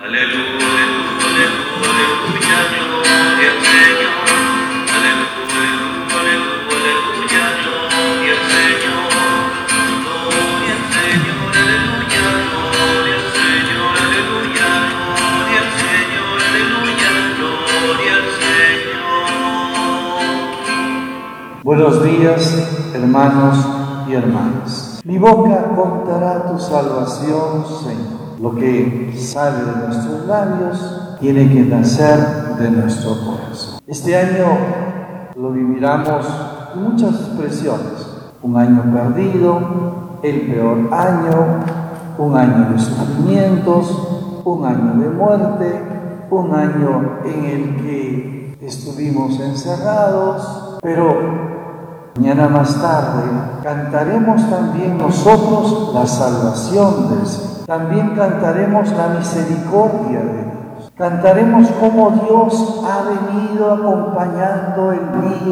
Aleluya, aleluya, gloria al Señor. Aleluya, aleluya, gloria al Señor. Gloria al Señor, aleluya, gloria al Señor, aleluya, gloria al Señor, aleluya, gloria al Señor. Buenos días, hermanos y hermanas. Mi boca contará tu salvación, Señor. Lo que sale de nuestros labios tiene que nacer de nuestro corazón. Este año lo viviremos con muchas expresiones. Un año perdido, el peor año, un año de sufrimientos, un año de muerte, un año en el que estuvimos encerrados, pero mañana más tarde cantaremos también nosotros la salvación del Señor. También cantaremos la misericordia de Dios. Cantaremos cómo Dios ha venido acompañando el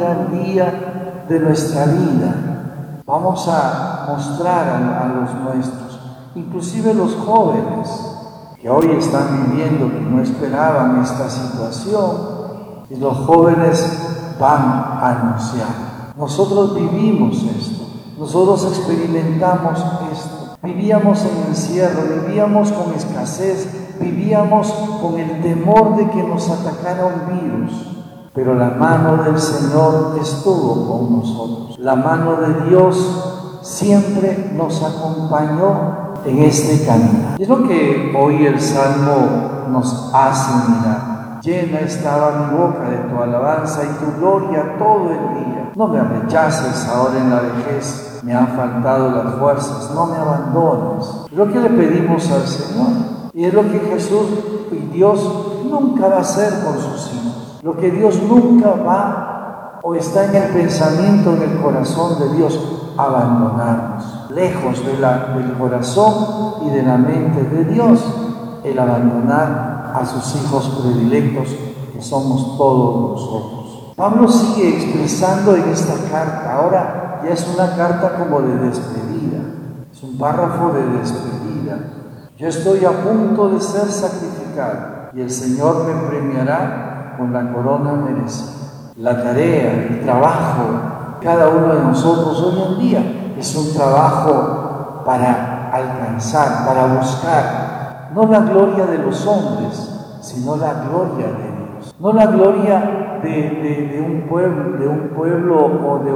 día de nuestra vida. Vamos a mostrar a los nuestros, inclusive los jóvenes que hoy están viviendo, que no esperaban esta situación, y los jóvenes van a anunciar. Nosotros vivimos esto, nosotros experimentamos esto. Vivíamos en encierro, vivíamos con escasez, vivíamos con el temor de que nos atacara un virus. Pero la mano del Señor estuvo con nosotros. La mano de Dios siempre nos acompañó en este camino. Y es lo que hoy el Salmo nos hace mirar. Llena estaba mi boca de tu alabanza y tu gloria todo el día. No me rechaces ahora en la vejez, me han faltado las fuerzas, no me abandones. Es lo que le pedimos al Señor y es lo que Jesús y Dios nunca va a hacer con sus hijos. Lo que Dios nunca va o está en el pensamiento, en el corazón de Dios, abandonarnos. Lejos del corazón y de la mente de Dios, el abandonar a sus hijos predilectos, que somos todos nosotros. Pablo sigue expresando en esta carta, ahora ya es una carta como de despedida, es un párrafo de despedida. Yo estoy a punto de ser sacrificado y el Señor me premiará con la corona merecida. La tarea, el trabajo, cada uno de nosotros hoy en día es un trabajo para alcanzar, para buscar, no la gloria de los hombres, sino la gloria de Dios. No la gloria de un pueblo o de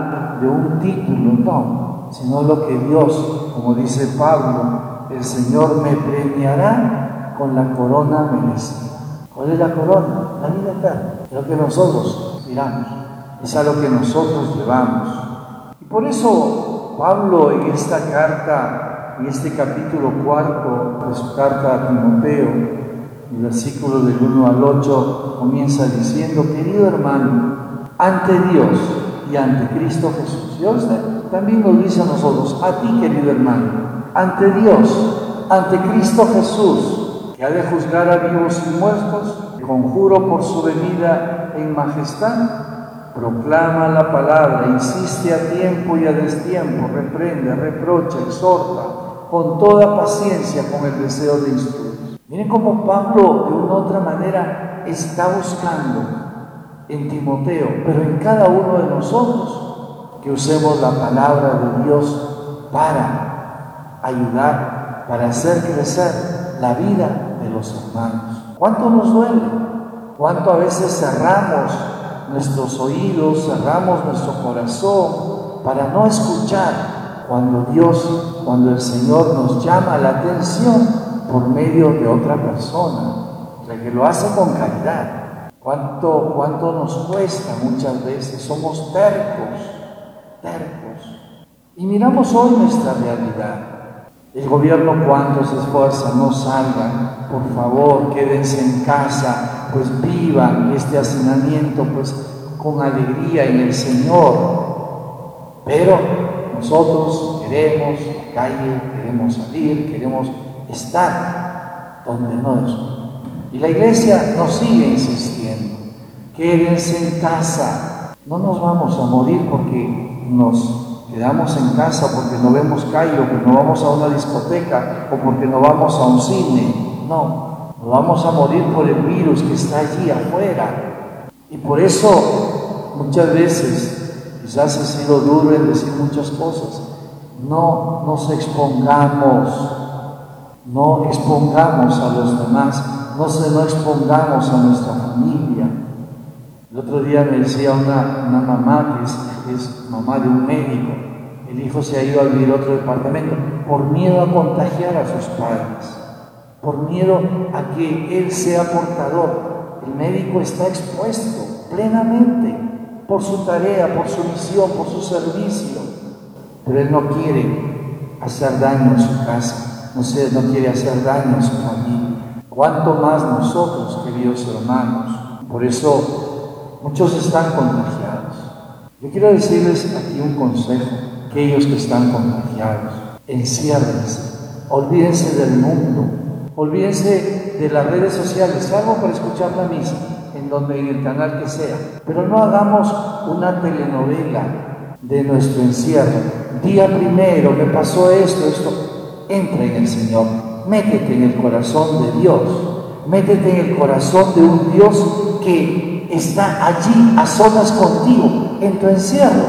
un título, no, sino lo que Dios, como dice Pablo, el Señor me premiará con la corona merecida. ¿Cuál es la corona? La vida eterna. Es lo que nosotros miramos, es a lo que nosotros llevamos. Y por eso Pablo en esta carta, en este capítulo 4 de su carta a Timoteo, el versículo del 1 al 8 comienza diciendo: querido hermano, ante Dios y ante Cristo Jesús. Dios también nos dice a nosotros, a ti querido hermano, ante Dios, ante Cristo Jesús, que ha de juzgar a vivos y muertos, conjuro por su venida en majestad, proclama la palabra, insiste a tiempo y a destiempo, reprende, reprocha, exhorta, con toda paciencia, con el deseo de instruir. Miren cómo Pablo de una u otra manera está buscando en Timoteo, pero en cada uno de nosotros, que usemos la palabra de Dios para ayudar, para hacer crecer la vida de los hermanos. ¿Cuánto nos duele? ¿Cuánto a veces cerramos nuestros oídos, cerramos nuestro corazón para no escuchar cuando Dios, cuando el Señor nos llama la atención por medio de otra persona, o sea, que lo hace con caridad? ¿Cuánto nos cuesta muchas veces? Somos tercos. Y miramos hoy nuestra realidad. El gobierno cuánto se esfuerza, no salgan, por favor, quédense en casa, pues vivan este hacinamiento pues con alegría en el Señor. Pero nosotros queremos la calle, queremos salir, queremos estar donde no es. Y la iglesia nos sigue insistiendo: quédense en casa. No nos vamos a morir porque nos quedamos en casa, porque no vemos calle, o porque no vamos a una discoteca, o porque no vamos a un cine. No, nos vamos a morir por el virus que está allí afuera. Y por eso muchas veces, quizás he sido duro en decir muchas cosas, no nos expongamos, no expongamos a los demás, no expongamos a nuestra familia. El otro día me decía una mamá que es mamá de un médico, el hijo se ha ido a vivir a otro departamento por miedo a contagiar a sus padres, por miedo a que él sea portador. El médico está expuesto plenamente por su tarea, por su misión, por su servicio, pero él no quiere hacer daño en su casa, no quiere hacer daño a su familia. ¿Cuánto más nosotros, queridos hermanos? Por eso muchos están contagiados. Yo quiero decirles aquí un consejo: aquellos que están contagiados, enciérrense, olvídense del mundo, olvídense de las redes sociales, salvo para escuchar la misa, en el canal que sea, pero no hagamos una telenovela de nuestro encierro. Día primero me pasó esto. Entra en el Señor, métete en el corazón de Dios, métete en el corazón de un Dios que está allí a solas contigo, en tu encierro.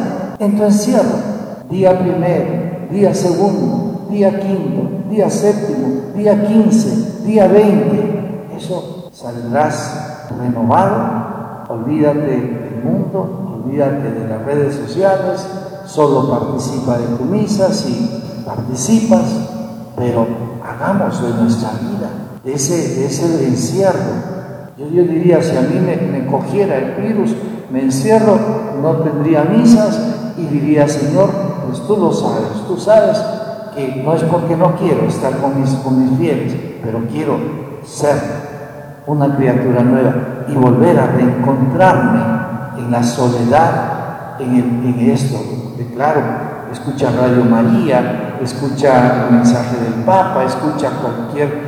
Día primero, día segundo, día quinto, día séptimo, día 15, día 20, eso saldrás renovado. Olvídate del mundo, olvídate de las redes sociales, solo participa de tu misa si participas, pero hagamos de nuestra vida, de ese encierro. Yo diría, si a mí me cogiera el virus, me encierro, no tendría misas y diría: Señor, pues tú lo sabes, tú sabes que no es porque no quiero estar con mis fieles, pero quiero ser una criatura nueva y volver a reencontrarme en la soledad, en esto. Claro, escucha Radio María, escucha el mensaje del Papa, escucha cualquier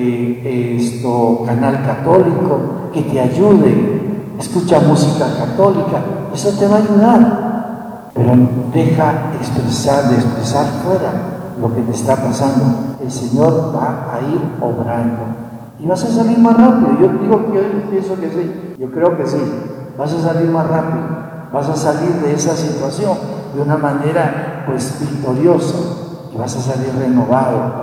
canal católico que te ayude, escucha música católica, eso te va a ayudar, pero deja de expresar fuera lo que te está pasando. El Señor va a ir obrando y vas a salir más rápido. Yo pienso que sí, yo creo que sí, vas a salir más rápido, vas a salir de esa situación de una manera victoriosa, y vas a salir renovado,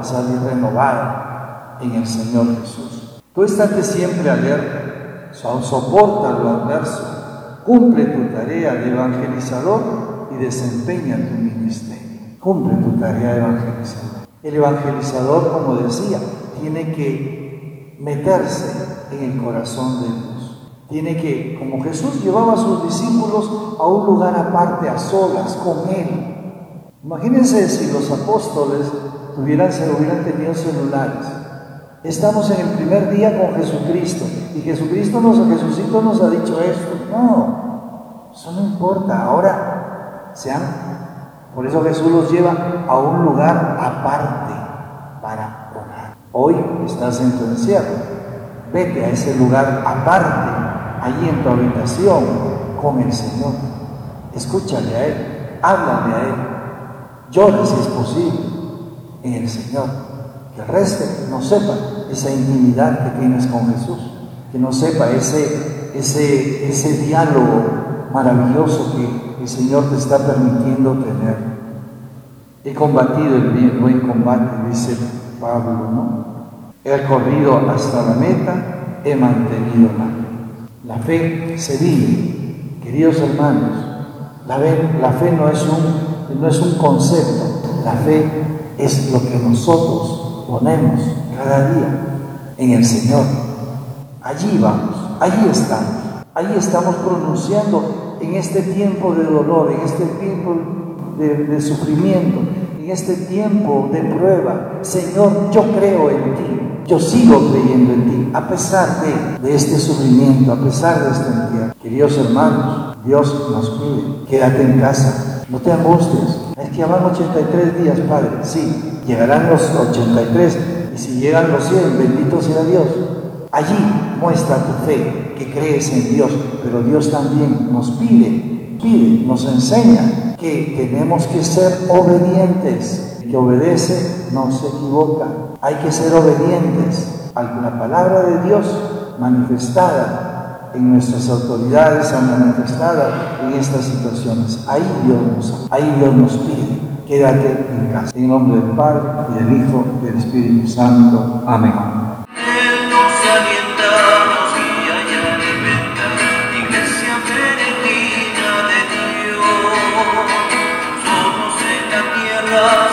en el Señor Jesús. Tú estate siempre alerta, soporta lo adverso, cumple tu tarea de evangelizador y desempeña tu ministerio. Cumple tu tarea de evangelizador. El evangelizador, como decía, tiene que meterse en el corazón de Dios. Tiene que, como Jesús llevaba a sus discípulos a un lugar aparte, a solas, con Él. Imagínense si los apóstoles hubieran tenido celulares. Estamos en el primer día con Jesucristo y Jesucristo nos ha dicho esto. No, eso no importa. Ahora por eso Jesús los lleva a un lugar aparte para orar. Hoy estás en tu encierro, vete a ese lugar aparte, allí en tu habitación con el Señor. Escúchale a Él, háblale a Él, llora si es posible en el Señor. Que el resto no sepa esa intimidad que tienes con Jesús, que no sepa ese diálogo maravilloso que el Señor te está permitiendo tener. He combatido el buen combate, dice Pablo, ¿no? He corrido hasta la meta, he mantenido la fe se vive, queridos hermanos. La fe no es un concepto, la fe es lo que nosotros ponemos cada día en el Señor. Allí vamos, allí estamos pronunciando en este tiempo de dolor, en este tiempo de sufrimiento, en este tiempo de prueba: Señor, yo creo en ti, yo sigo creyendo en ti, a pesar de este sufrimiento, a pesar de este entierro. Queridos hermanos, Dios nos pide: quédate en casa, no te angusties. Es que ya van 83 días, Padre. Sí, llegarán los 83, y si llegan los 100, bendito sea Dios. Allí muestra tu fe, que crees en Dios, pero Dios también nos pide, nos enseña que tenemos que ser obedientes. El que obedece no se equivoca. Hay que ser obedientes. La palabra de Dios manifestada en nuestras autoridades, manifestada en estas situaciones. Ahí Dios nos pide, quédate en casa. En nombre del Padre, y del Hijo, y del Espíritu Santo. Amén. Él nos alienta, nos guía y alimenta, iglesia peregrina de Dios. Somos en la tierra